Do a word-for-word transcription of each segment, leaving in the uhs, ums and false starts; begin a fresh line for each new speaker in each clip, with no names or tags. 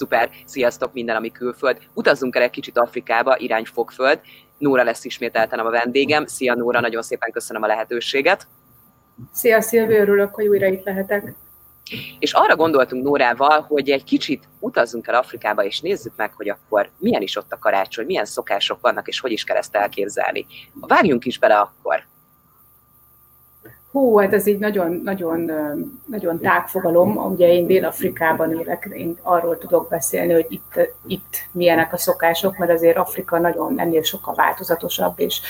Szuper, sziasztok minden, ami külföld. Utazzunk el egy kicsit Afrikába, irány Fokföld. Nóra lesz ismételten a vendégem. Szia Nóra, nagyon szépen köszönöm a lehetőséget.
Szia Szilvi, örülök, hogy újra itt lehetek.
És arra gondoltunk Nórával, hogy egy kicsit utazzunk el Afrikába, és nézzük meg, hogy akkor milyen is ott a karácsony, milyen szokások vannak, és hogy is kell ezt elképzelni. Vágjunk is bele akkor.
Hú, hát ez így nagyon, nagyon, nagyon tág fogalom. Ugye én Dél-Afrikában élek, én arról tudok beszélni, hogy itt, itt milyenek a szokások, mert azért Afrika nagyon ennél sokkal változatosabb, és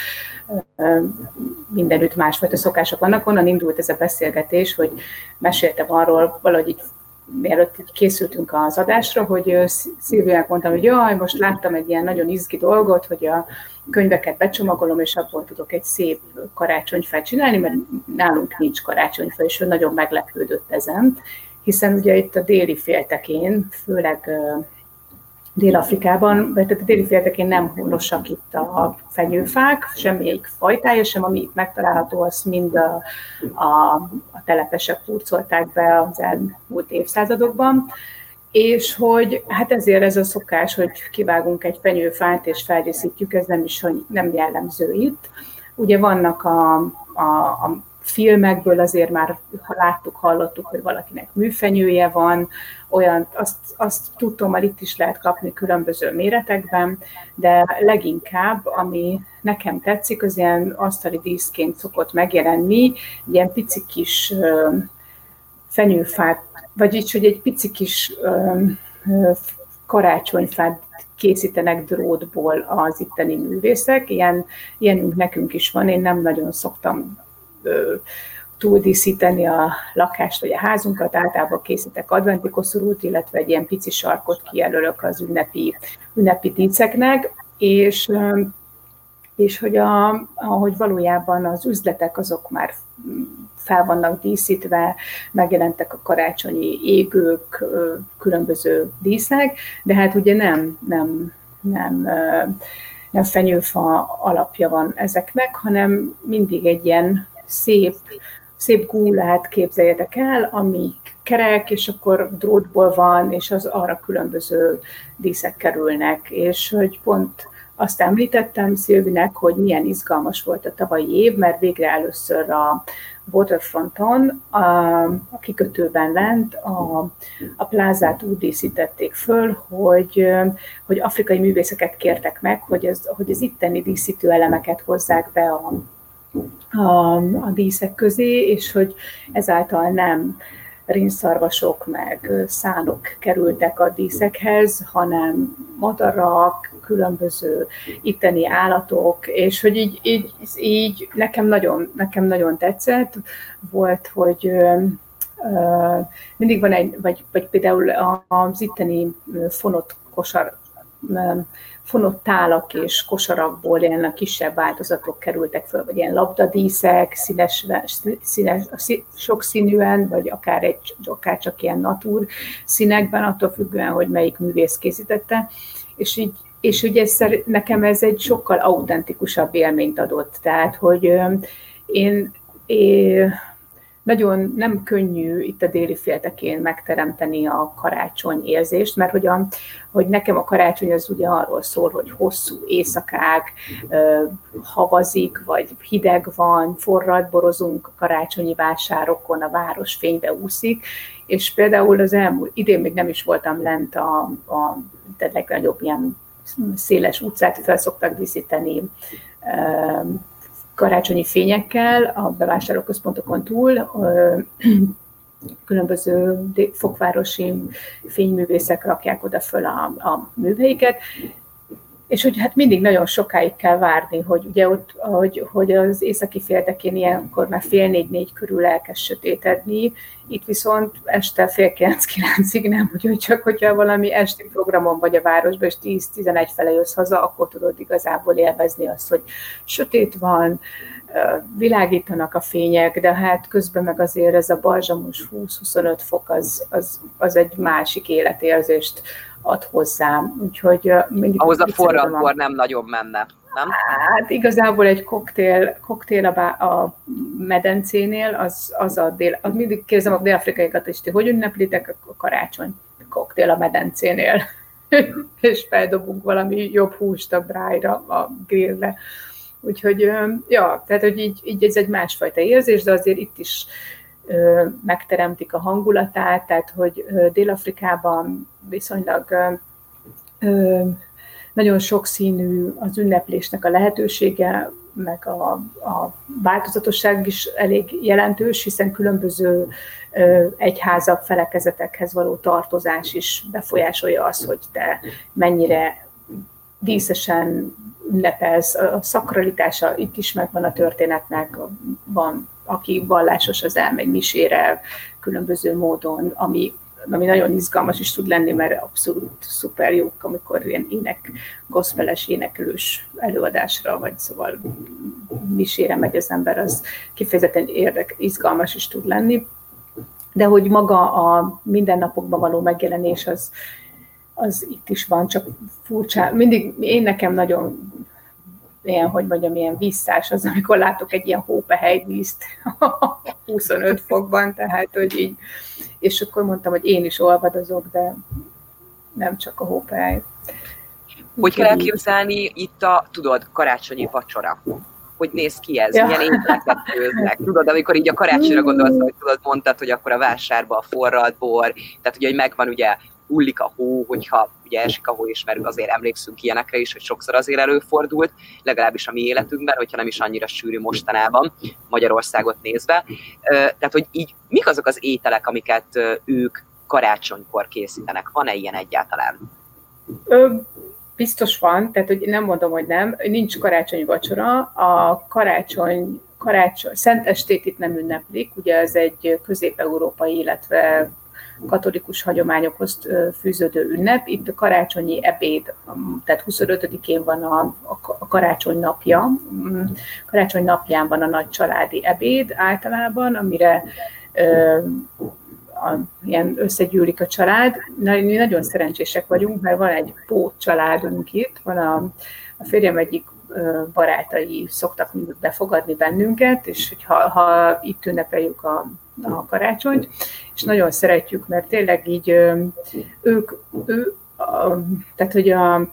mindenütt másfajta szokások vannak. Onnan indult ez a beszélgetés, hogy meséltem arról, valahogy így, mielőtt készültünk az adásra, hogy Szilviának mondtam, hogy jaj, most láttam egy ilyen nagyon izgi dolgot, hogy a könyveket becsomagolom, és abból tudok egy szép karácsonyfát csinálni, mert nálunk nincs karácsonyfa, és ő nagyon meglepődött ezen, hiszen ugye itt a déli féltekén, főleg Dél-Afrikában, vagy tehát a déli féltekén nem honosak itt a fenyőfák, semmelyik fajtája sem, ami itt megtalálható, azt mind a, a, a telepesek hurcolták be az elmúlt évszázadokban, és hogy hát ezért ez a szokás, hogy kivágunk egy fenyőfát és feldíszítjük, ez nem is nem jellemző itt. Ugye vannak a, a, a filmekből azért már láttuk, hallottuk, hogy valakinek műfenyője van, olyan, azt, azt tudom, hogy itt is lehet kapni különböző méretekben, de leginkább, ami nekem tetszik, az ilyen asztali díszként szokott megjelenni, ilyen pici kis ö, fenyőfát, vagyis, hogy egy pici kis ö, ö, karácsonyfát készítenek drótból az itteni művészek, ilyen, ilyenünk nekünk is van, én nem nagyon szoktam túldíszíteni a lakást vagy a házunkat, általában készítek adventi koszorút, illetve egy ilyen pici sarkot kijelölök az ünnepi, ünnepi díszeknek, és, és hogy a, ahogy valójában az üzletek azok már fel vannak díszítve, megjelentek a karácsonyi égők, különböző díszek, de hát ugye nem, nem, nem, nem fenyőfa alapja van ezeknek, hanem mindig egy ilyen szép, szép gúlát képzeljetek el, ami kerek, és akkor drótból van, és az arra különböző díszek kerülnek. És hogy pont azt említettem Szilvinek, hogy milyen izgalmas volt a tavalyi év, mert végre először a Waterfronton, a, a kikötőben lent a, a plázát úgy díszítették föl, hogy, hogy afrikai művészeket kértek meg, hogy, ez, hogy az itteni díszítő elemeket hozzák be a A, a díszek közé, és hogy ezáltal nem rinszarvasok meg szánok kerültek a díszekhez, hanem madarak, különböző itteni állatok, és hogy így, így, így nekem, nagyon, nekem nagyon tetszett, volt, hogy ö, ö, mindig van egy, vagy, vagy például az itteni fonott kosar, fonott tálak és kosarakból ilyen kisebb változatok kerültek föl, vagy ilyen labdadíszek, színes, színes, sokszínűen, vagy akár, egy, akár csak ilyen natúr színekben, attól függően, hogy melyik művész készítette. És, így, és ugye ez, nekem ez egy sokkal autentikusabb élményt adott. Tehát, hogy én, én nagyon nem könnyű itt a déli féltekén megteremteni a karácsony érzést, mert hogy, a, hogy nekem a karácsony az ugye arról szól, hogy hosszú éjszakák, havazik, vagy hideg van, forrad, borozunk a karácsonyi vásárokon, a város fénybe úszik, és például az elmúlt idén még nem is voltam lent a, a legnagyobb ilyen széles utcát fel szoktak díszíteni karácsonyi fényekkel a bevásárlóközpontokon túl, különböző fokvárosi fényművészek rakják oda föl a, a műveiket, és hogy hát mindig nagyon sokáig kell várni, hogy ugye ott, hogy, hogy az északi féltekén ilyenkor már fél négy-négy körül elkezd sötétedni, itt viszont este fél kilenc-kilencig nem, úgyhogy csak hogyha valami esti programon vagy a városban, és tíz-tizenegy fele jössz haza, akkor tudod igazából élvezni azt, hogy sötét van, világítanak a fények, de hát közben meg azért ez a balzsamos húsz-huszonöt fok az, az, az egy másik életérzést ad hozzám. Úgyhogy mindig
ahhoz a forradkor nem nagyon menne, nem?
Hát igazából egy koktél, koktél a, a medencénél, az, az a dél, az mindig kérdezem a dél-afrikaiakat is, hogy hogy ünneplitek a karácsony? koktél a medencénél, és feldobunk valami jobb húst a brájra, a grillre. Úgyhogy, ja, tehát, hogy így, így ez egy másfajta érzés, de azért itt is ö, megteremtik a hangulatát, tehát, hogy ö, Dél-Afrikában viszonylag ö, nagyon sokszínű az ünneplésnek a lehetősége, meg a, a változatosság is elég jelentős, hiszen különböző ö, egyházak, felekezetekhez való tartozás is befolyásolja azt, hogy te mennyire díszesen ünnepelsz. A szakralitása itt is megvan a történetnek, van, aki vallásos, az elmegy misére különböző módon, ami, ami nagyon izgalmas is tud lenni, mert abszolút szuper jók, amikor ilyen ének, gospeles énekelős előadásra, vagy szóval misére megy az ember, az kifejezetten érdek, izgalmas is tud lenni. De hogy maga a mindennapokban való megjelenés az az itt is van, csak furcsa. Mindig én nekem nagyon ilyen, hogy mondjam, ilyen visszás az, amikor látok egy ilyen hópehelyvízt huszonöt fokban, tehát, hogy így, és akkor mondtam, hogy én is olvadozok, de nem csak a hópehely.
Hogy kell elképzelni itt a, tudod, karácsonyi vacsora? Hogy néz ki ez? Ja. Milyen ételeket főznek? Tudod, amikor így a karácsonyra gondolsz, hogy tudod, mondtad, hogy akkor a vásárba a forralt bor, tehát ugye, hogy megvan ugye hullik a hó, hogyha ugye esik a hó, és mert azért emlékszünk ilyenekre is, hogy sokszor azért előfordult, legalábbis a mi életünkben, hogyha nem is annyira sűrű mostanában, Magyarországot nézve. Tehát, hogy így mik azok az ételek, amiket ők karácsonykor készítenek? Van-e ilyen egyáltalán?
Ö, biztos van, tehát hogy nem mondom, hogy nem. Nincs karácsonyi vacsora. A karácsony, karácsony szentestét itt nem ünneplik, ugye ez egy közép-európai, illetve katolikus hagyományokhoz fűződő ünnep. Itt a karácsonyi ebéd, tehát huszonötödikén van a, a karácsony napja. Karácsony napján van a nagy családi ebéd általában, amire ö, a, ilyen összegyűlik a család. Mi nagyon szerencsések vagyunk, mert van egy pót családunk itt, van a, a férjem egyik barátai szoktak mindig befogadni bennünket, és hogyha, ha itt ünnepeljük a, a karácsonyt, és nagyon szeretjük, mert tényleg így ők, ő, a, tehát hogy a,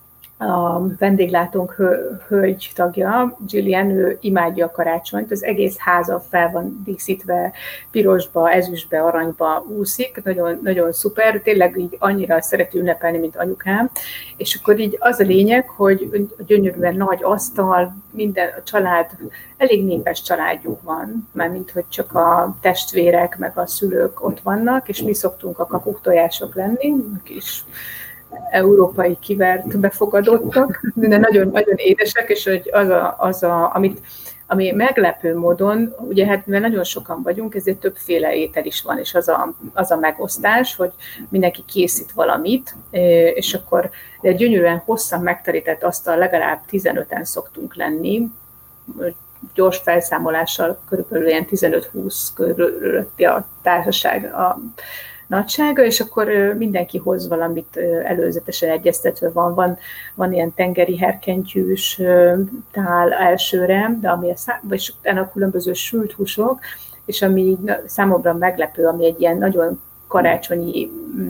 a vendéglátónk hő, hölgy tagja, Gillian, ő imádja a karácsonyt, az egész háza fel van díszítve, pirosba, ezüstbe, aranyba úszik, nagyon, nagyon szuper, tényleg így annyira szereti ünnepelni, mint anyukám, és akkor így az a lényeg, hogy gyönyörűen nagy asztal, minden a család, elég népes családjuk van, mármint hogy csak a testvérek, meg a szülők ott vannak, és mi szoktunk a kakuktojások lenni, kis európai kivert befogadottak, de nagyon, nagyon édesek, és hogy az, a, az a, amit, ami meglepő módon, ugye hát mivel nagyon sokan vagyunk, ezért többféle étel is van, és az a, az a megosztás, hogy mindenki készít valamit, és akkor egy gyönyörűen hosszan megterített asztal legalább tizenöten szoktunk lenni, gyors felszámolással körülbelül ilyen tizenöt-húsz körülötti a társaság, a nagysága, és akkor mindenki hoz valamit előzetesen egyeztetve van. Van, van ilyen tengeri herkentyűs tál elsőre, de ami a szá- vagy utána a különböző sült húsok, és ami számomra meglepő, ami egy ilyen nagyon karácsonyi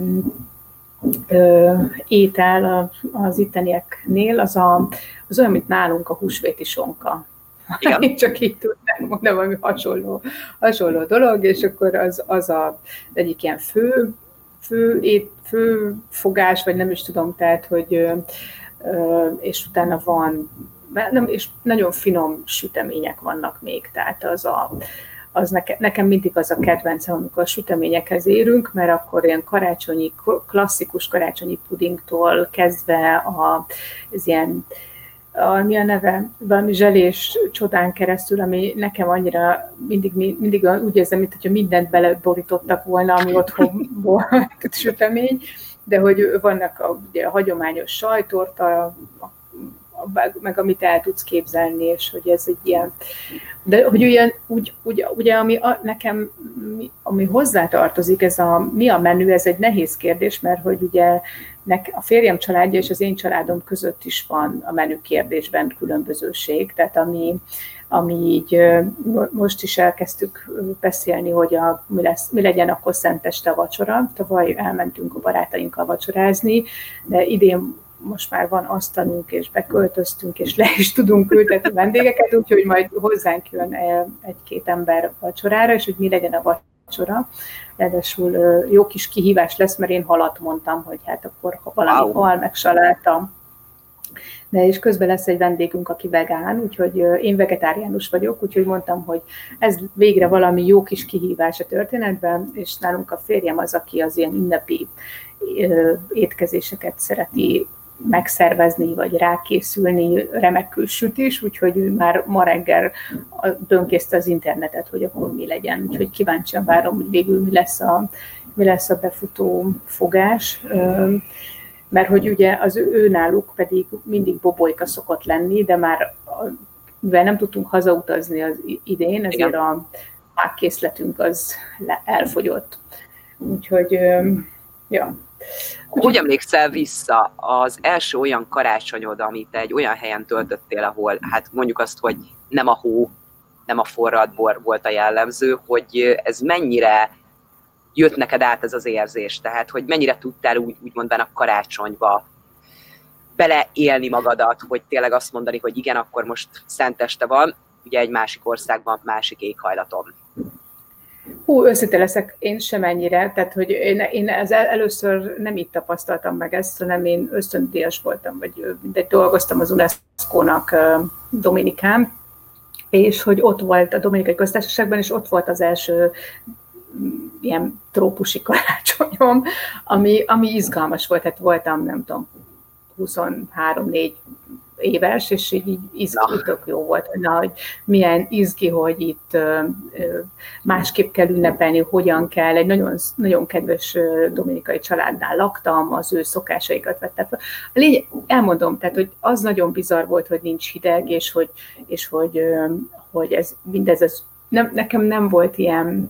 ö, étel az ittenieknél, az, a, az olyan, mint nálunk a húsvéti sonka. Igen. Én csak így tudnám mondani, valami hasonló, hasonló dolog, és akkor az, az a, egyik ilyen fő, fő, ét, fő fogás, vagy nem is tudom, tehát, hogy és utána van, nem, és nagyon finom sütemények vannak még, tehát az a, az neke, nekem mindig az a kedvencem, amikor a süteményekhez érünk, mert akkor ilyen karácsonyi, klasszikus karácsonyi pudingtól kezdve a, ez ilyen A, mi a neve, valami zselés csodán keresztül, ami nekem annyira mindig, mindig úgy érzem, mintha mindent beleborítottak volna, ami otthon volt sütemény, de hogy vannak a, ugye, a hagyományos sajtorta, a, a, meg amit el tudsz képzelni, és hogy ez egy ilyen, de hogy olyan, úgy, úgy, ugye ami a, nekem, ami hozzátartozik, ez a, mi a menü, ez egy nehéz kérdés, mert hogy ugye a férjem családja és az én családom között is van a menü kérdésben különbözőség, tehát ami, ami így most is elkezdtük beszélni, hogy a, mi, lesz, mi legyen akkor szenteste a vacsora. Tavaly elmentünk a barátainkkal vacsorázni, de idén most már van asztalunk, és beköltöztünk, és le is tudunk ültetni vendégeket, úgyhogy majd hozzánk jön egy-két ember vacsorára, és hogy mi legyen a vacsora. Ráadásul jó kis kihívás lesz, mert én halat mondtam, hogy hát akkor ha valami wow. hal, meg saláta. De és közben lesz egy vendégünk, aki vegán, úgyhogy én vegetáriánus vagyok, úgyhogy mondtam, hogy ez végre valami jó kis kihívás a történetben, és nálunk a férjem az, aki az ilyen ünnepi étkezéseket szereti megszervezni, vagy rákészülni, remekül sütés, úgyhogy ő már ma reggel böngészte az internetet, hogy akkor mi legyen. Úgyhogy kíváncsian várom, hogy végül mi lesz a, mi lesz a befutó fogás, mert hogy ugye az ő náluk pedig mindig bobolyka szokott lenni, de már mivel nem tudtunk hazautazni az idén, ezért igen. a mágkészletünk az elfogyott. Úgyhogy, ja.
Hogy emlékszel vissza az első olyan karácsonyod, amit egy olyan helyen töltöttél, ahol hát mondjuk azt, hogy nem a hó, nem a forrad bor volt a jellemző, hogy ez mennyire jött neked át ez az érzés, tehát hogy mennyire tudtál úgy, úgymond benne a karácsonyba beleélni magadat, hogy tényleg azt mondani, hogy igen, akkor most szenteste van, ugye egy másik országban, másik éghajlaton.
Hú, őszinte leszek, én sem ennyire, tehát hogy én, én ez először nem így tapasztaltam meg ezt, hanem én ösztöndíjas voltam, vagy mindegy, dolgoztam az UNESCO-nak Dominikán, és hogy ott volt a Dominikai Köztársaságban, és ott volt az első ilyen trópusi karácsonyom, ami, ami izgalmas volt, hát voltam, nem tudom, huszonhárom-négy éves, és így, így izgi, tök jó volt, na, hogy milyen izgi, hogy itt ö, ö, másképp kell ünnepelni, hogyan kell. Egy nagyon, nagyon kedves ö, dominikai családnál laktam, az ő szokásaikat vettem fel. Légy, elmondom, tehát, hogy az nagyon bizarr volt, hogy nincs hideg, és hogy, és hogy, ö, hogy ez mindez, ez, nem, nekem nem volt ilyen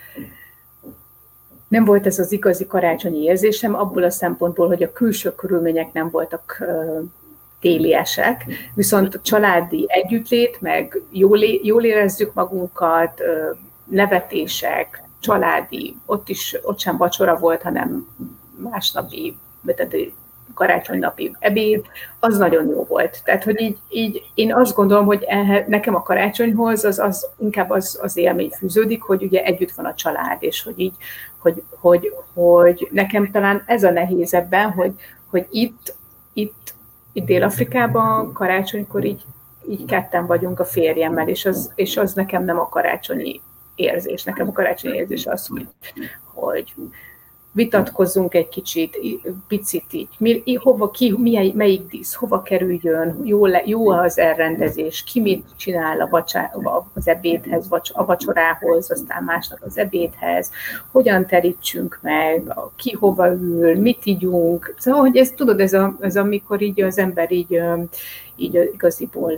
nem volt ez az igazi karácsonyi érzésem, abból a szempontból, hogy a külső körülmények nem voltak ö, téliesek, viszont a családi együttlét, meg jól, jól érezzük magunkat, ö, nevetések, családi, ott is, ott sem vacsora volt, hanem másnapi, tehát karácsonynapi ebéd, az nagyon jó volt. Tehát, hogy így, így én azt gondolom, hogy ehhez, nekem a karácsonyhoz az, az inkább az, az élmény fűződik, hogy ugye együtt van a család, és hogy így, hogy, hogy, hogy nekem talán ez a nehéz ebben, hogy, hogy itt, itt, itt Dél-Afrikában karácsonykor így, így ketten vagyunk a férjemmel, és az, és az nekem nem a karácsonyi érzés. Nekem a karácsonyi érzés az, hogy, hogy vitatkozzunk egy kicsit, picit így, mi, hova, ki, milyen, melyik dísz, hova kerüljön, jó, le, jó az elrendezés, ki mit csinál a vacsá, az ebédhez, a vacsorához, aztán másnap az ebédhez, hogyan terítsünk meg, ki hova ül, mit ígyunk. Szóval, hogy ez, tudod, ez, a, ez amikor így az ember így, így igaziból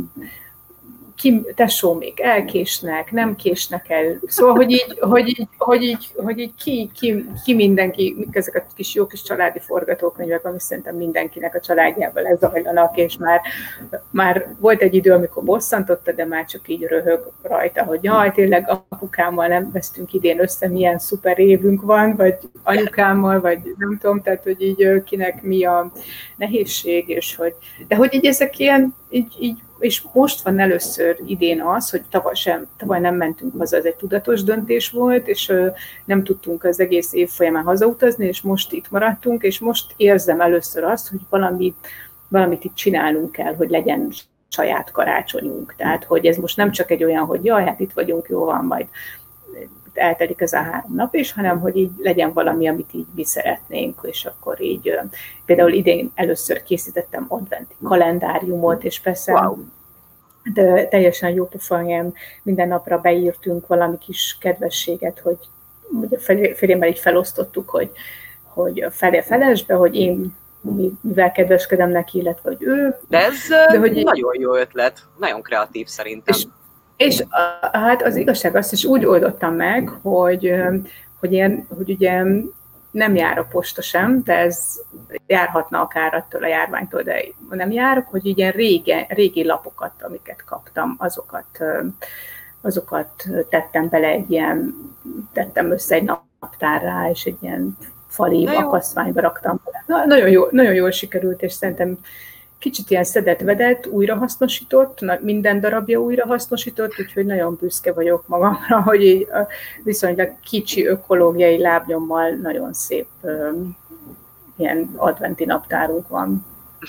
ki, tesó, még elkésnek, nem késnek el. Szóval, hogy így, hogy így, hogy így, hogy így ki, ki, ki mindenki, ezek a kis jó kis családi forgatókönyvek, ami szerintem mindenkinek a családjával lezajlanak, és már, már volt egy idő, amikor bosszantotta, de már csak így röhög rajta, hogy jaj, tényleg apukámmal nem vesztünk idén össze, milyen szuper évünk van, vagy anyukámmal, vagy nem tudom, tehát, hogy így kinek mi a nehézség, és hogy, de hogy így ezek ilyen, így, így és most van először idén az, hogy tavaly, sem, tavaly nem mentünk haza, ez egy tudatos döntés volt, és ö, nem tudtunk az egész év folyamán hazautazni, és most itt maradtunk, és most érzem először azt, hogy valamit, valamit itt csinálnunk kell, hogy legyen saját karácsonyunk. Tehát, hogy ez most nem csak egy olyan, hogy jaj, hát itt vagyunk, jó van, majd eltelik ez a három nap is, hanem hogy így legyen valami, amit így mi szeretnénk, és akkor így például idén először készítettem adventi kalendáriumot, és persze wow. de teljesen jó pofán, minden napra beírtunk valami kis kedvességet, hogy ugye férjemmel így felosztottuk, hogy, hogy a felé felesbe, hogy én mivel kedveskedem neki, illetve hogy ő.
De ez de, hogy nagyon jó ötlet, nagyon kreatív szerintem.
És, És hát az igazság azt is úgy oldottam meg, hogy, hogy, én, hogy ugye nem jár a posta sem, de ez járhatna akár attól a járványtól, de nem járok, hogy ilyen régi, régi lapokat, amiket kaptam, azokat, azokat tettem bele egy ilyen, tettem össze egy naptárrá, és egy ilyen fali akasztványba raktam bele. Na, nagyon, jó, nagyon jól sikerült, és szerintem kicsit ilyen szedett-vedett, újrahasznosított, minden darabja újrahasznosított, úgyhogy nagyon büszke vagyok magamra, hogy így viszonylag kicsi ökológiai lábnyommal nagyon szép um, ilyen adventi naptárunk van.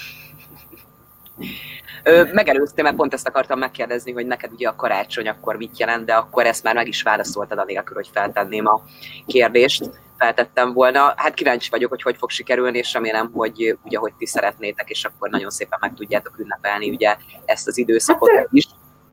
Megelőztél, mert pont ezt akartam megkérdezni, hogy neked ugye a karácsony akkor mit jelent, de akkor ezt már meg is válaszoltad anélkül, hogy feltenném a kérdést. Feltettem volna. Hát kíváncsi vagyok, hogy hogy fog sikerülni, és remélem, hogy úgy, ahogy ti szeretnétek, és akkor nagyon szépen meg tudjátok ünnepelni ugye ezt az időszakot hát, is.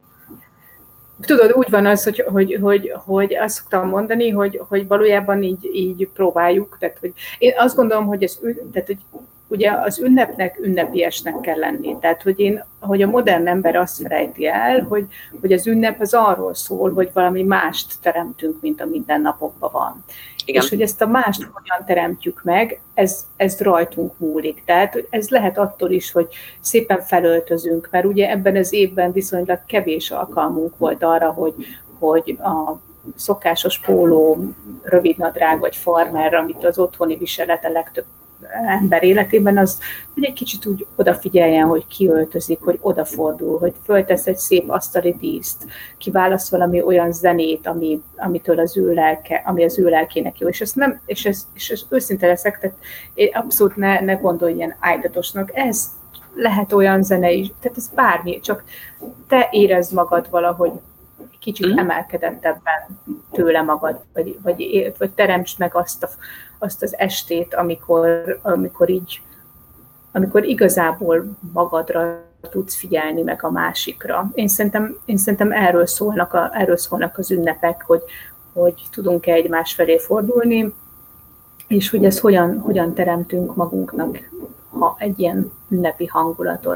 Tudod, úgy van az, hogy, hogy, hogy, hogy azt szoktam mondani, hogy, hogy valójában így, így próbáljuk. Tehát, hogy én azt gondolom, hogy, ez, tehát, hogy ugye az ünnepnek ünnepiesnek kell lenni. Tehát, hogy, én, hogy a modern ember azt felejti el, hogy, hogy az ünnep az arról szól, hogy valami mást teremtünk, mint a mindennapokban van. Igen. És hogy ezt a mást hogyan teremtjük meg, ez, ez rajtunk múlik. Tehát ez lehet attól is, hogy szépen felöltözünk, mert ugye ebben az évben viszonylag kevés alkalmunk volt arra, hogy, hogy a szokásos póló, rövidnadrág vagy farmer, amit az otthoni viselet a legtöbb ember életében, az, hogy egy kicsit úgy odafigyeljen, hogy kiöltözik, hogy odafordul, hogy föltesz egy szép asztali díszt, kiválaszt valami olyan zenét, ami, amitől az ő lelke, ami az ő lelkének jó. És ez nem, és ez, és ez őszinte leszek, tehát én abszolút ne, ne gondolj ilyen ájdatosnak. Ez lehet olyan zene is, tehát ez bármi, csak te érezd magad valahogy kicsit emelkedettebben tőle magad, vagy, vagy, vagy teremtsd meg azt, a, azt az estét, amikor, amikor így, amikor igazából magadra tudsz figyelni, meg a másikra. Én szerintem, én szerintem erről, szólnak a, erről szólnak az ünnepek, hogy, hogy tudunk-e egymás felé fordulni, és hogy ezt hogyan, hogyan teremtünk magunknak ha egy ilyen ünnepi hangulatot.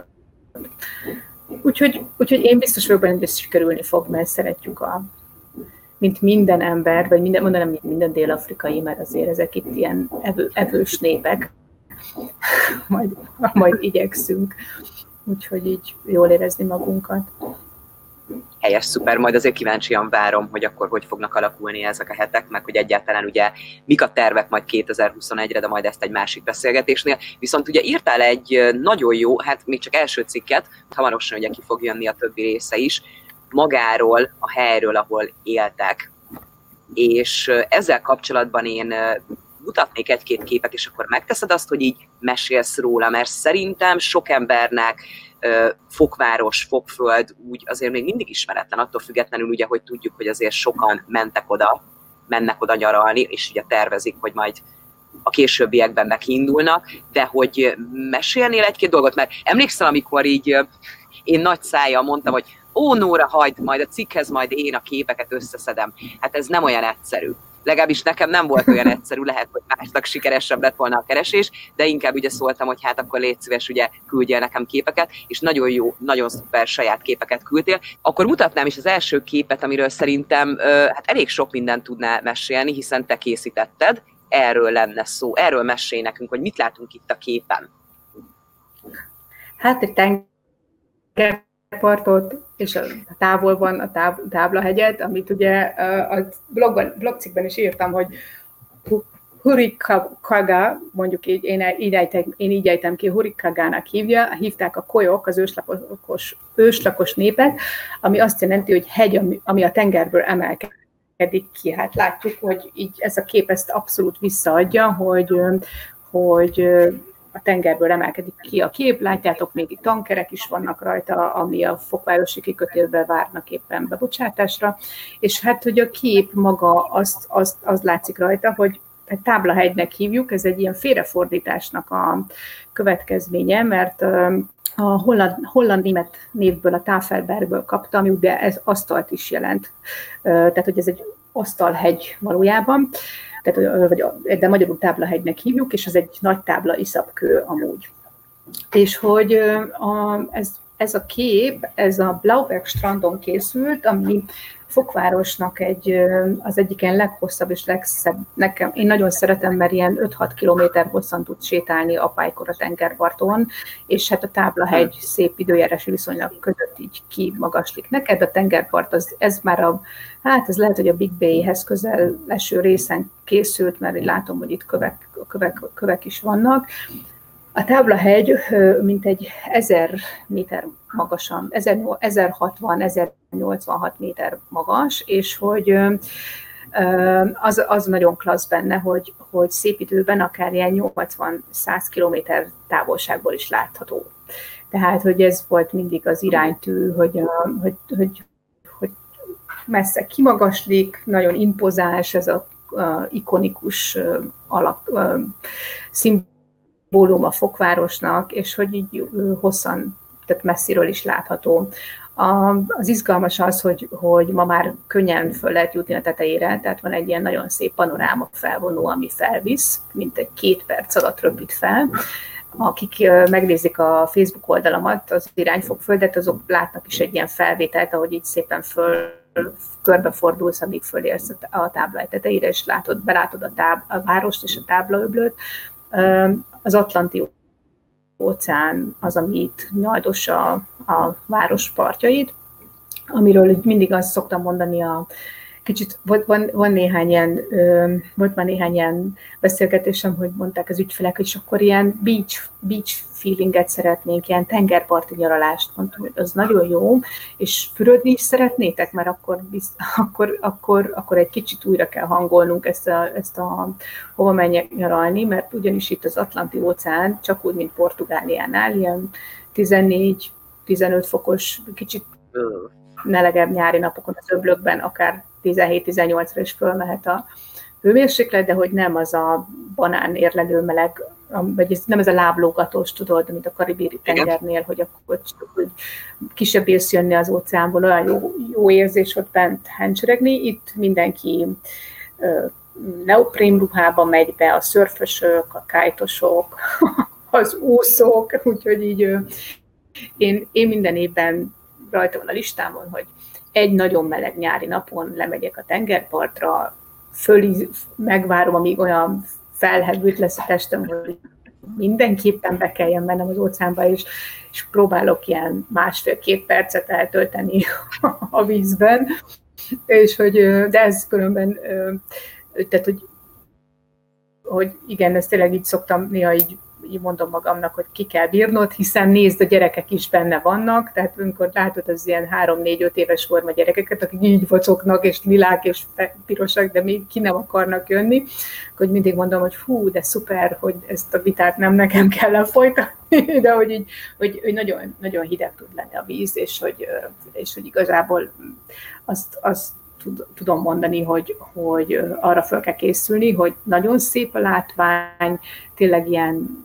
Úgyhogy, úgyhogy én biztos vagyok benne, hogy ez sikerülni fog, mert szeretjük a, mint minden ember, vagy minden, mondanám, mint minden dél-afrikai, mert azért ezek itt ilyen evő, evős népek, majd, majd igyekszünk, úgyhogy így jól érezni magunkat.
Helyes, szuper, majd azért kíváncsian várom, hogy akkor hogy fognak alakulni ezek a hetek, meg hogy egyáltalán ugye mik a tervek majd kétezer-huszonegyre, de majd ezt egy másik beszélgetésnél. Viszont ugye írtál egy nagyon jó, hát még csak első cikket, hamarosan ugye ki fog jönni a többi része is, magáról, a helyről, ahol éltek. És ezzel kapcsolatban én mutatnék egy-két képet, és akkor megteszed azt, hogy így mesélsz róla, mert szerintem sok embernek Fokváros, Fokföld úgy azért még mindig ismeretlen, attól függetlenül ugye, hogy tudjuk, hogy azért sokan mentek oda, mennek oda nyaralni, és ugye tervezik, hogy majd a későbbiekben nekiindulnak, de hogy mesélnél egy-két dolgot, mert emlékszel, amikor így én nagy szájjal mondtam, hogy ó, Nóra, hagyd, majd a cikkhez majd én a képeket összeszedem. Hát ez nem olyan egyszerű. Legalábbis nekem nem volt olyan egyszerű, lehet, hogy másnak sikeresebb lett volna a keresés, de inkább ugye szóltam, hogy hát akkor légy szíves, ugye küldjél nekem képeket, és nagyon jó, nagyon szuper saját képeket küldtél. Akkor mutatnám is az első képet, amiről szerintem hát elég sok mindent tudnál mesélni, hiszen te készítetted, erről lenne szó, erről mesélj nekünk, hogy mit látunk itt a képen.
Hát egy tengerpartot, és a távolban a táv, táblahegyet, amit ugye a blogban, blogcikkben is írtam, hogy Hurikaga, mondjuk így, én, így ejtem, én így ejtem ki, Hurikagának hívja, hívták a kolyok, az őslakos, őslakos népek, ami azt jelenti, hogy hegy, ami, ami a tengerből emelkedik ki. Hát látjuk, hogy így ez a kép ezt abszolút visszaadja, hogy, hogy a tengerből emelkedik ki a kép, látjátok, még itt tankerek is vannak rajta, ami a Fokvárosi kikötőben várnak éppen bebocsátásra, és hát, hogy a kép maga, azt, azt, az látszik rajta, hogy egy táblahegynek hívjuk, ez egy ilyen félrefordításnak a következménye, mert a holland, holland-német névből, a Tafelbergből kaptam, de ez asztalt is jelent, tehát, hogy ez egy asztalhegy valójában, tehát, vagy, de magyarul táblahegynek hívjuk, és ez egy nagy tábla iszapkő amúgy. És hogy a, ez, ez a kép, ez a Blauberg strandon készült, ami Fokvárosnak egy, az egyik ilyen leghosszabb és legszebb, nekem, én nagyon szeretem, mert ilyen öt-hat kilométer hosszan tud sétálni Apálykor a tengerparton, és hát a Táblahegy szép időjárási viszonylag között így kimagaslik neked, a tengerpart az, ez már a, hát ez lehet, hogy a Big Bay-hez közel eső részen készült, mert látom, hogy itt kövek, kövek, kövek is vannak. A Táblahegy mintegy ezer méter magasan, ezerhatvan ezernyolcvanhat méter magas, és hogy az, az nagyon klassz benne, hogy, hogy szép időben akár ilyen nyolcvan-száz kilométer távolságból is látható. Tehát, hogy ez volt mindig az iránytű, hogy, hogy, hogy, hogy messze kimagaslik, nagyon impozáns, ez a, a ikonikus alak, szimbólum a Fokvárosnak, és hogy így hosszan, tehát messziről is látható. A, az izgalmas az, hogy, hogy ma már könnyen föl lehet jutni a tetejére, tehát van egy ilyen nagyon szép panoráma felvonó, ami felvisz, mint egy két perc alatt röpít fel. Akik megnézik a Facebook oldalamat, az Irányfokföldet, azok látnak is egy ilyen felvételt, ahogy így szépen föl körbefordulsz, amíg fölérsz a Táblahegy tetejére, és látod, belátod a, táb, a várost és a táblaöblöt. Az Atlanti óceán az, ami itt nyaldossa a város partjait, amiről mindig azt szoktam mondani, a kicsit van, van néhány ilyen, volt már néhány ilyen beszélgetésem, hogy mondták az ügyfelek, hogy akkor ilyen beach, beach feelinget szeretnénk, ilyen tengerparti nyaralást, mondtam, hogy az nagyon jó, és fürödni is szeretnétek, mert akkor, akkor, akkor, akkor egy kicsit újra kell hangolnunk ezt a, ezt a hova menjek nyaralni, mert ugyanis itt az Atlanti óceán, csak úgy, mint Portugáliánál, ilyen tizennégy-tizenöt fokos, kicsit melegebb nyári napokon az öblökben, akár tizenhét-tizennyolcra is fölmehet a hőmérséklet, de hogy nem az a banán érlelő meleg, vagy ez nem ez a láblógatós, tudod, mint a Karibi tengernél, hogy akkor csak hogy kisebb érsz jönni az óceánból, olyan jó, jó érzés ott bent hencseregni. Itt mindenki uh, neoprén ruhában megy be, a szörfösök, a kite-osok, az úszók, úgyhogy így uh, én, én minden évben rajta van a listámon, hogy egy nagyon meleg nyári napon lemegyek a tengerpartra, föl, megvárom, amíg olyan felhevült lesz a testem, hogy mindenképpen be kelljen mennem az óceánba, és, és próbálok ilyen másfél-két percet eltölteni a vízben, és hogy, de ez különben, tehát, hogy, hogy igen, ezt tényleg így szoktam néha így, így mondom magamnak, hogy ki kell bírnod, hiszen nézd, a gyerekek is benne vannak, tehát amikor látod az ilyen három-négy-öt éves forma gyerekeket, akik így vocognak, és lilák, és pirosak, de még ki nem akarnak jönni, hogy mindig mondom, hogy hú, de szuper, hogy ezt a vitát nem nekem kell lefolytatni, de hogy így, hogy, hogy nagyon, nagyon hideg tud lenni a víz, és hogy, és hogy igazából azt, azt tudom mondani, hogy, hogy arra fel kell készülni, hogy nagyon szép a látvány, tényleg ilyen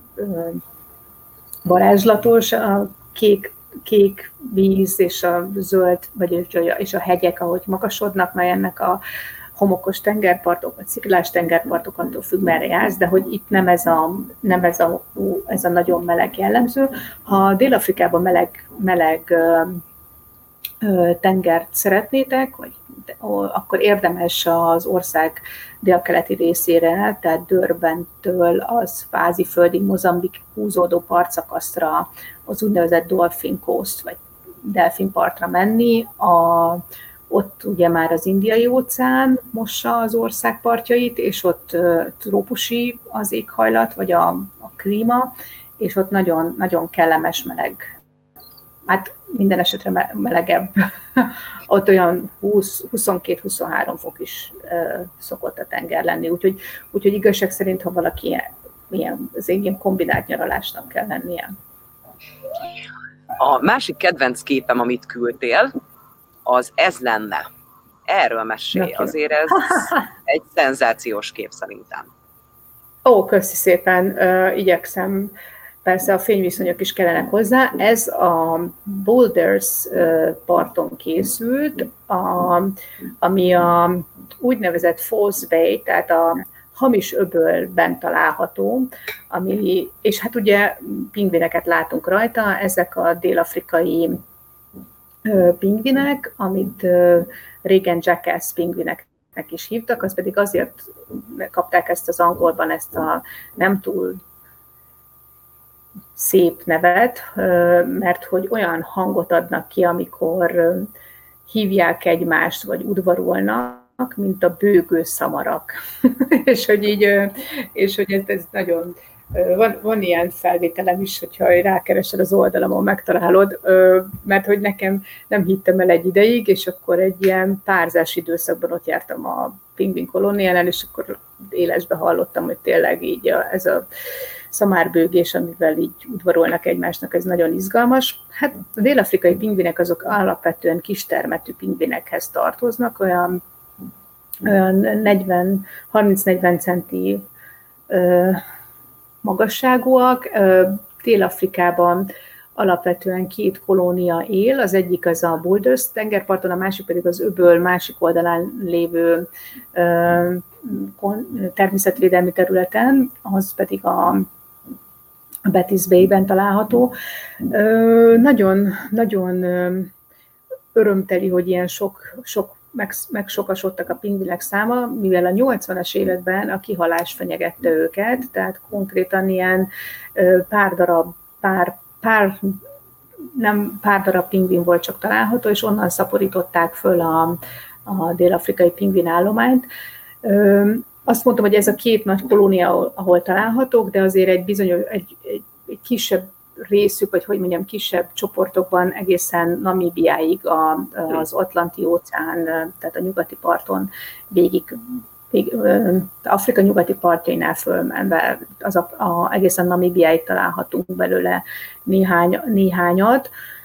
varázslatos, a kék, kék víz és a zöld, vagy és a hegyek, ahogy magasodnak, mert ennek a homokos tengerpartok, vagy sziklás tengerpartok, attól függ, merre jársz, de hogy itt nem ez a, nem ez a, ez a nagyon meleg jellemző. Ha Dél-Afrikában meleg, meleg tengert szeretnétek, vagy, akkor érdemes az ország délkeleti részére, tehát Durbantől az Fáziföldi, Mozambik húzódó partszakaszra, az úgynevezett Dolphin Coast, vagy delfinpartra menni. A, ott ugye már az Indiai óceán mossa az ország partjait, és ott trópusi az éghajlat, vagy a, a klíma, és ott nagyon, nagyon kellemes meleg. Hát minden esetre melegebb. Ott olyan húsz-huszonkettő-huszonhárom fok is uh, szokott a tenger lenni. Úgyhogy, úgyhogy igazság szerint, ha valaki ilyen, ilyen, az ilyen kombinált nyaralásnak kell lennie.
A másik kedvenc képem, amit küldtél, az ez lenne. Erről mesélj. Azért ez egy szenzációs kép szerintem.
Ó, köszi szépen. Uh, igyekszem. Persze a fényviszonyok is kellenek hozzá. Ez a Boulders parton készült, a, ami a úgynevezett False Bay, tehát a hamis öbölben található, ami, és hát ugye pingvineket látunk rajta, ezek a dél-afrikai pingvinek, amit régen jackass pingvineknek is hívtak, az pedig azért kapták ezt az angolban, ezt a nem túl szép nevet, mert hogy olyan hangot adnak ki, amikor hívják egymást, vagy udvarolnak, mint a bőgő szamarak. és hogy így, és hogy ez, ez nagyon... Van, van ilyen felvételem is, hogyha rákeresel az oldalamon, megtalálod, mert hogy nekem nem hittem el egy ideig, és akkor egy ilyen párzás időszakban ott jártam a pingvin kolóniánál, és akkor élesbe hallottam, hogy tényleg így a, ez a szamárbőgés, amivel így udvarolnak egymásnak, ez nagyon izgalmas. Hát a dél-afrikai pingvinek azok alapvetően kistermetű pingvinekhez tartoznak, olyan, olyan negyven, harminc-negyven centi magasságúak. Dél-Afrikában alapvetően két kolónia él, az egyik az a Boulders tengerparton, a másik pedig az öböl másik oldalán lévő természetvédelmi területen, az pedig a Betty's Bay-ben található. Nagyon, nagyon örömteli, hogy ilyen sok, sok meg, megsokasodtak a pingvinek száma, mivel a nyolcvanas években a kihalás fenyegette őket, tehát konkrétan ilyen pár darab, pár, pár, nem pár darab pingvin volt csak található, és onnan szaporították föl a, a dél-afrikai pingvin állományt. Azt mondtam, hogy ez a két nagy kolónia, ahol találhatók, de azért egy bizonyos, egy, egy, egy kisebb részük, vagy hogy mondjam, kisebb csoportokban egészen Namíbiáig az Atlanti-óceán, tehát a nyugati parton végig, végig Afrika nyugati partjainál fölmenve, az a, a, egészen Namíbiáig találhatunk belőle néhány, néhányat.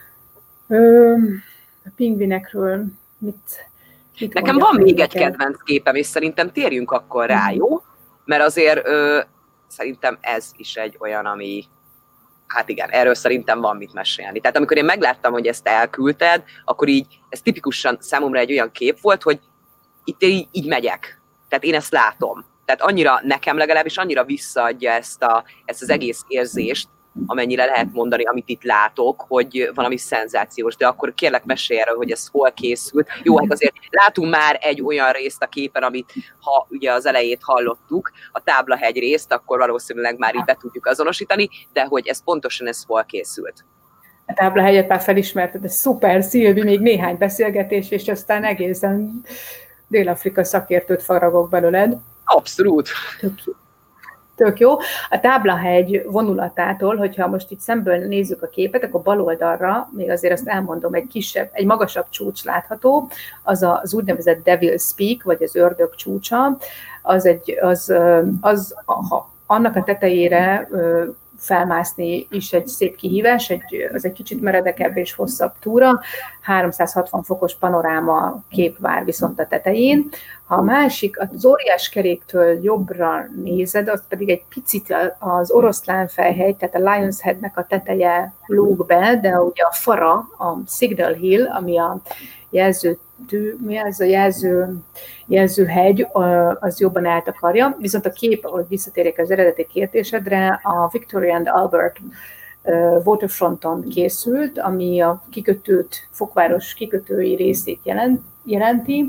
A pingvinekről mit, mit
Nekem van még egy kedvenc képem, és szerintem térjünk akkor rá, jó? Mert azért ö, szerintem ez is egy olyan, ami hát igen, erről szerintem van mit mesélni. Tehát amikor én megláttam, hogy ezt elküldted, akkor így, ez tipikusan számomra egy olyan kép volt, hogy itt én így, így megyek. Tehát én ezt látom. Tehát annyira, nekem legalábbis annyira visszaadja ezt, a, ezt az egész érzést, amennyire lehet mondani, amit itt látok, hogy valami szenzációs, de akkor kérlek mesélj erről, hogy ez hol készült. Jó, hát azért látunk már egy olyan részt a képen, amit ha ugye az elejét hallottuk, a Táblahegy részt, akkor valószínűleg már így be tudjuk azonosítani, de hogy ez pontosan ez hol készült.
A Táblahegyet már felismerted, ez szuper, Szilvi, még néhány beszélgetés, és aztán egészen Dél-Afrika szakértőt faragok belőled.
Abszolút.
Tök jó. Tök jó. A Táblahegy vonulatától, hogyha most itt szemből nézzük a képet, akkor bal oldalra, még azért azt elmondom, egy kisebb, egy magasabb csúcs látható, az az úgynevezett Devil's Peak, vagy az ördög csúcsa, az egy, az, az ha annak a tetejére felmászni is egy szép kihívás, egy, az egy kicsit meredekebb és hosszabb túra, háromszázhatvan fokos panoráma kép vár viszont a tetején. Ha a másik, az óriás keréktől jobbra nézed, az pedig egy picit az oroszlánfejhely, tehát a Lion's Headnek a teteje lóg be, de ugye a fara, a Signal Hill, ami a jelző tű, mi ez a jelző, jelzőhegy, az jobban eltakarja. Viszont a kép, ahogy visszatérjek az eredeti kérdésedre, a Victoria and Albert waterfronton készült, ami a kikötőt, Fokváros kikötői részét jelent, jelenti,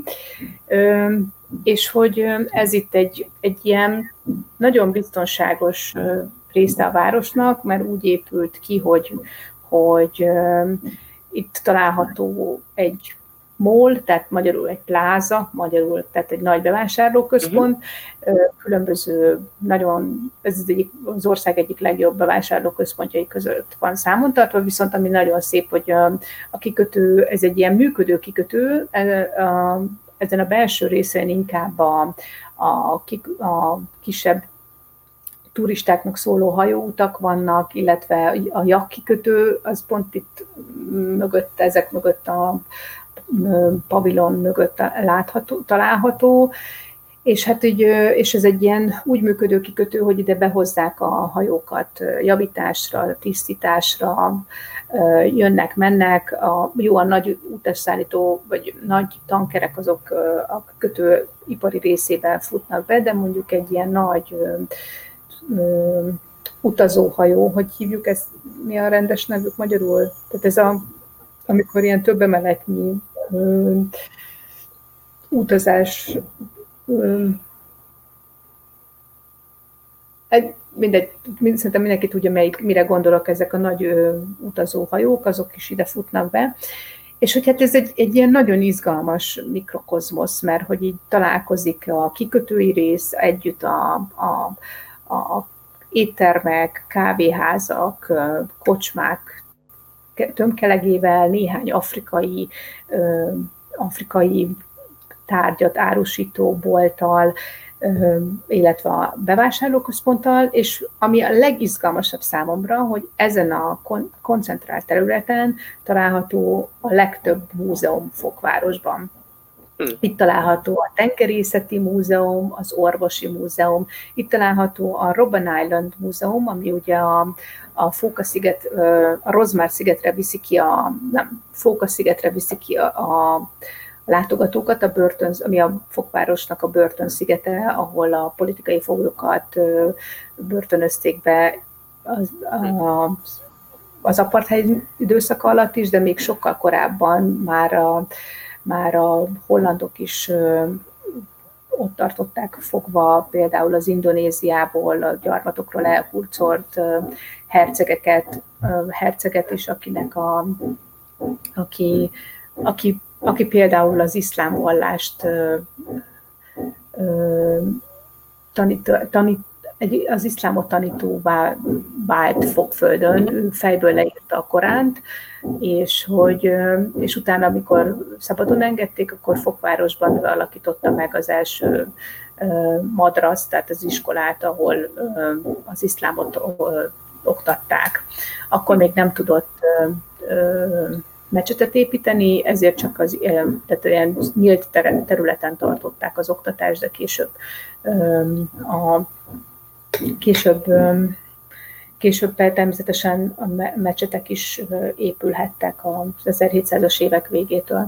és hogy ez itt egy, egy ilyen nagyon biztonságos része a városnak, mert úgy épült ki, hogy, hogy itt található egy mall, tehát magyarul egy pláza, magyarul, tehát egy nagy bevásárlóközpont, uh-huh. különböző, nagyon, ez az, egyik, az ország egyik legjobb bevásárlóközpontjai között van számon tartva, viszont ami nagyon szép, hogy a, a kikötő, ez egy ilyen működő kikötő, a, ezen a belső részén inkább a, a, a kisebb turistáknak szóló hajóutak vannak, illetve a jakkikötő, az pont itt mögött, ezek mögött a pavilon mögött látható, található, és hát így, és ez egy ilyen úgy működő kikötő, hogy ide behozzák a hajókat javításra, tisztításra, jönnek, mennek, a jó a nagy utasszállító, vagy nagy tankerek azok a kötő ipari részében futnak be, de mondjuk egy ilyen nagy utazóhajó, hogy hívjuk ezt, mi a rendes nevük magyarul? Tehát ez a amikor ilyen több emeletnyi ö, utazás, ö, egy, mindegy, szerintem mindenki tudja, melyik, mire gondolok, ezek a nagy ö, utazóhajók, azok is ide futnak be. És hogy hát ez egy, egy ilyen nagyon izgalmas mikrokozmosz, mert hogy így találkozik a kikötői rész együtt a, a, a éttermek, kávéházak, kocsmák tömkelegével, néhány afrikai, ö, afrikai tárgyat árusító bolttal, illetve a bevásárlóközponttal, és ami a legizgalmasabb számomra, hogy ezen a kon- koncentrált területen található a legtöbb múzeum Fokvárosban. Itt található a Tengerészeti Múzeum, az Orvosi Múzeum, itt található a Robben Island Múzeum, ami ugye a, a Fóka-sziget, a Rozmár-szigetre viszi ki a, nem, Fóka-szigetre viszi ki a, a látogatókat, a börtön, ami a Fokvárosnak a börtönszigete, ahol a politikai foglyokat börtönözték be az, a, az apartheid időszak alatt is, de még sokkal korábban már a, már a hollandok is ott tartották fogva, például az Indonéziából, a gyarmatokról elhurcolt hercegeket, herceget is, akinek a, aki, aki aki például az iszlám vallást ö, ö, tanít, tanít, az iszlámot tanítóvá vált Fokföldön, ő fejből leírta a Koránt, és, hogy, és utána, amikor szabadon engedték, akkor Fokvárosban alakította meg az első ö, madraszt, tehát az iskolát, ahol ö, az iszlámot ö, oktatták. Akkor még nem tudott ö, ö, mecsetet építeni, ezért csak az, tehát olyan nyílt területen tartották az oktatást, de később a később, később természetesen a mecsetek is épülhettek az ezerhétszázas évek végétől.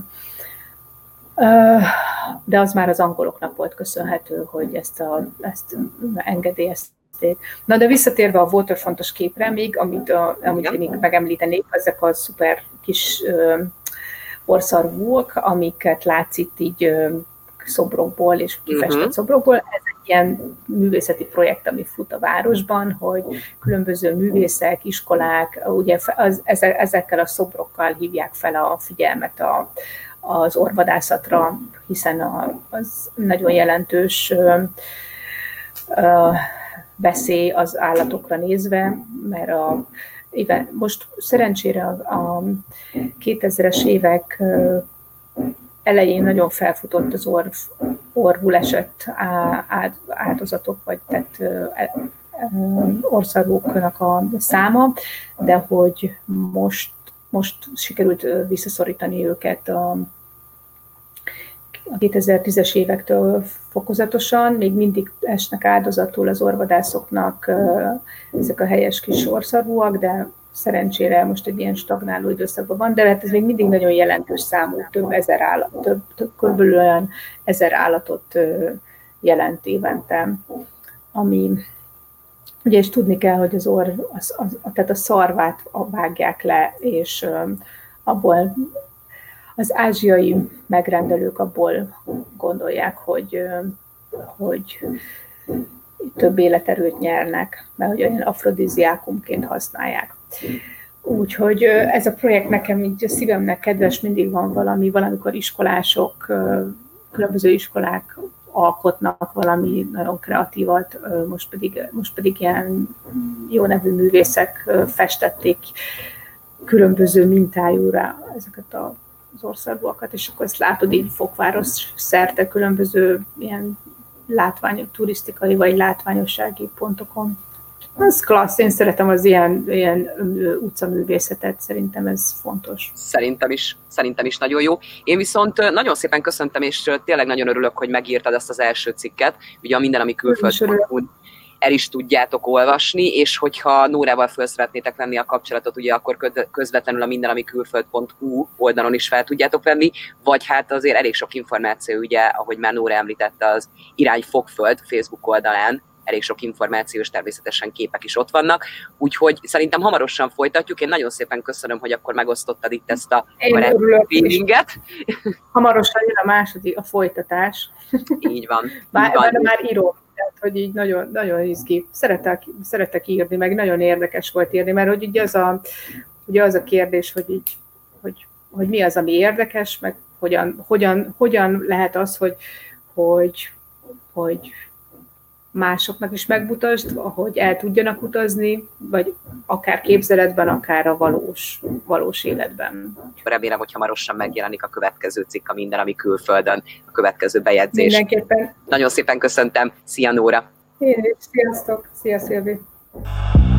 De az már az angoloknak volt köszönhető, hogy ezt, a, ezt engedélyezték. Na de visszatérve a waterfrontos képre még, amit, a, amit én még megemlítenék, ezek a szuper kis ö, orszarvúak, amiket látsz itt így ö, szobrokból és kifestett uh-huh. szobrokból. Ez egy ilyen művészeti projekt, ami fut a városban, hogy különböző művészek, iskolák, ugye az, ezekkel a szobrokkal hívják fel a figyelmet a, az orvadászatra, hiszen a, az nagyon jelentős ö, ö, veszély az állatokra nézve, mert a, most szerencsére a kétezres évek elején nagyon felfutott az orv, orvul esett áldozatok, vagy tehát orszarvóknak a száma, de hogy most, most sikerült visszaszorítani őket a a kétezer-tízes évektől fokozatosan, még mindig esnek áldozatul az orvadászoknak ezek a helyes kis orszarvúak, de szerencsére most egy ilyen stagnáló időszakban van, de hát ez még mindig nagyon jelentős számú, több ezer állat, több, több körülbelül olyan ezer állatot jelent évente, ami ugye is tudni kell, hogy az orv, az, az, tehát a szarvát vágják le, és abból az ázsiai megrendelők abból gondolják, hogy, hogy több életerőt nyernek, mert hogy olyan afrodiziákumként használják. Úgyhogy ez a projekt nekem így a szívemnek kedves, mindig van valami, valamikor iskolások, különböző iskolák alkotnak valami nagyon kreatívat, most pedig, most pedig ilyen jó nevű művészek festették különböző mintájúra ezeket a az orszarvúakat, és akkor ezt látod így Fokváros szerte különböző ilyen látványos, turisztikai vagy látványossági pontokon. Ez klassz, én szeretem az ilyen, ilyen utcaművészetet, szerintem ez fontos.
Szerintem is, szerintem is nagyon jó. Én viszont nagyon szépen köszöntem, és tényleg nagyon örülök, hogy megírtad ezt az első cikket, ugye a Minden, ami külföld. El is tudjátok olvasni, és hogyha Nórával föl szeretnétek venni a kapcsolatot, ugye akkor közvetlenül a minden, ami külföld pont hu oldalon is fel tudjátok venni, vagy hát azért elég sok információ, ugye, ahogy már Nóra említette, az Irány Fokföld Facebook oldalán elég sok információ, és természetesen képek is ott vannak. Úgyhogy szerintem hamarosan folytatjuk. Én nagyon szépen köszönöm, hogy akkor megosztottad itt ezt a feelinget.
Hamarosan jön a második, a folytatás.
Így van.
Bár,
így van.
bár már írom, tehát, hogy így nagyon, nagyon izgi. Szeretek, szeretek írni, meg nagyon érdekes volt írni, mert hogy ugye az a, ugye az a kérdés, hogy, így, hogy, hogy mi az, ami érdekes, meg hogyan, hogyan, hogyan lehet az, hogy, hogy, hogy másoknak is megmutasd, hogy el tudjanak utazni, vagy akár képzeletben, akár a valós, valós életben.
Remélem, hogy hamarosan megjelenik a következő cikk, a Minden, ami külföldön, a következő bejegyzés.
Mindenképpen.
Nagyon szépen köszöntem. Szia, Nóra!
Én is. Sziasztok! Szia, Szilvi!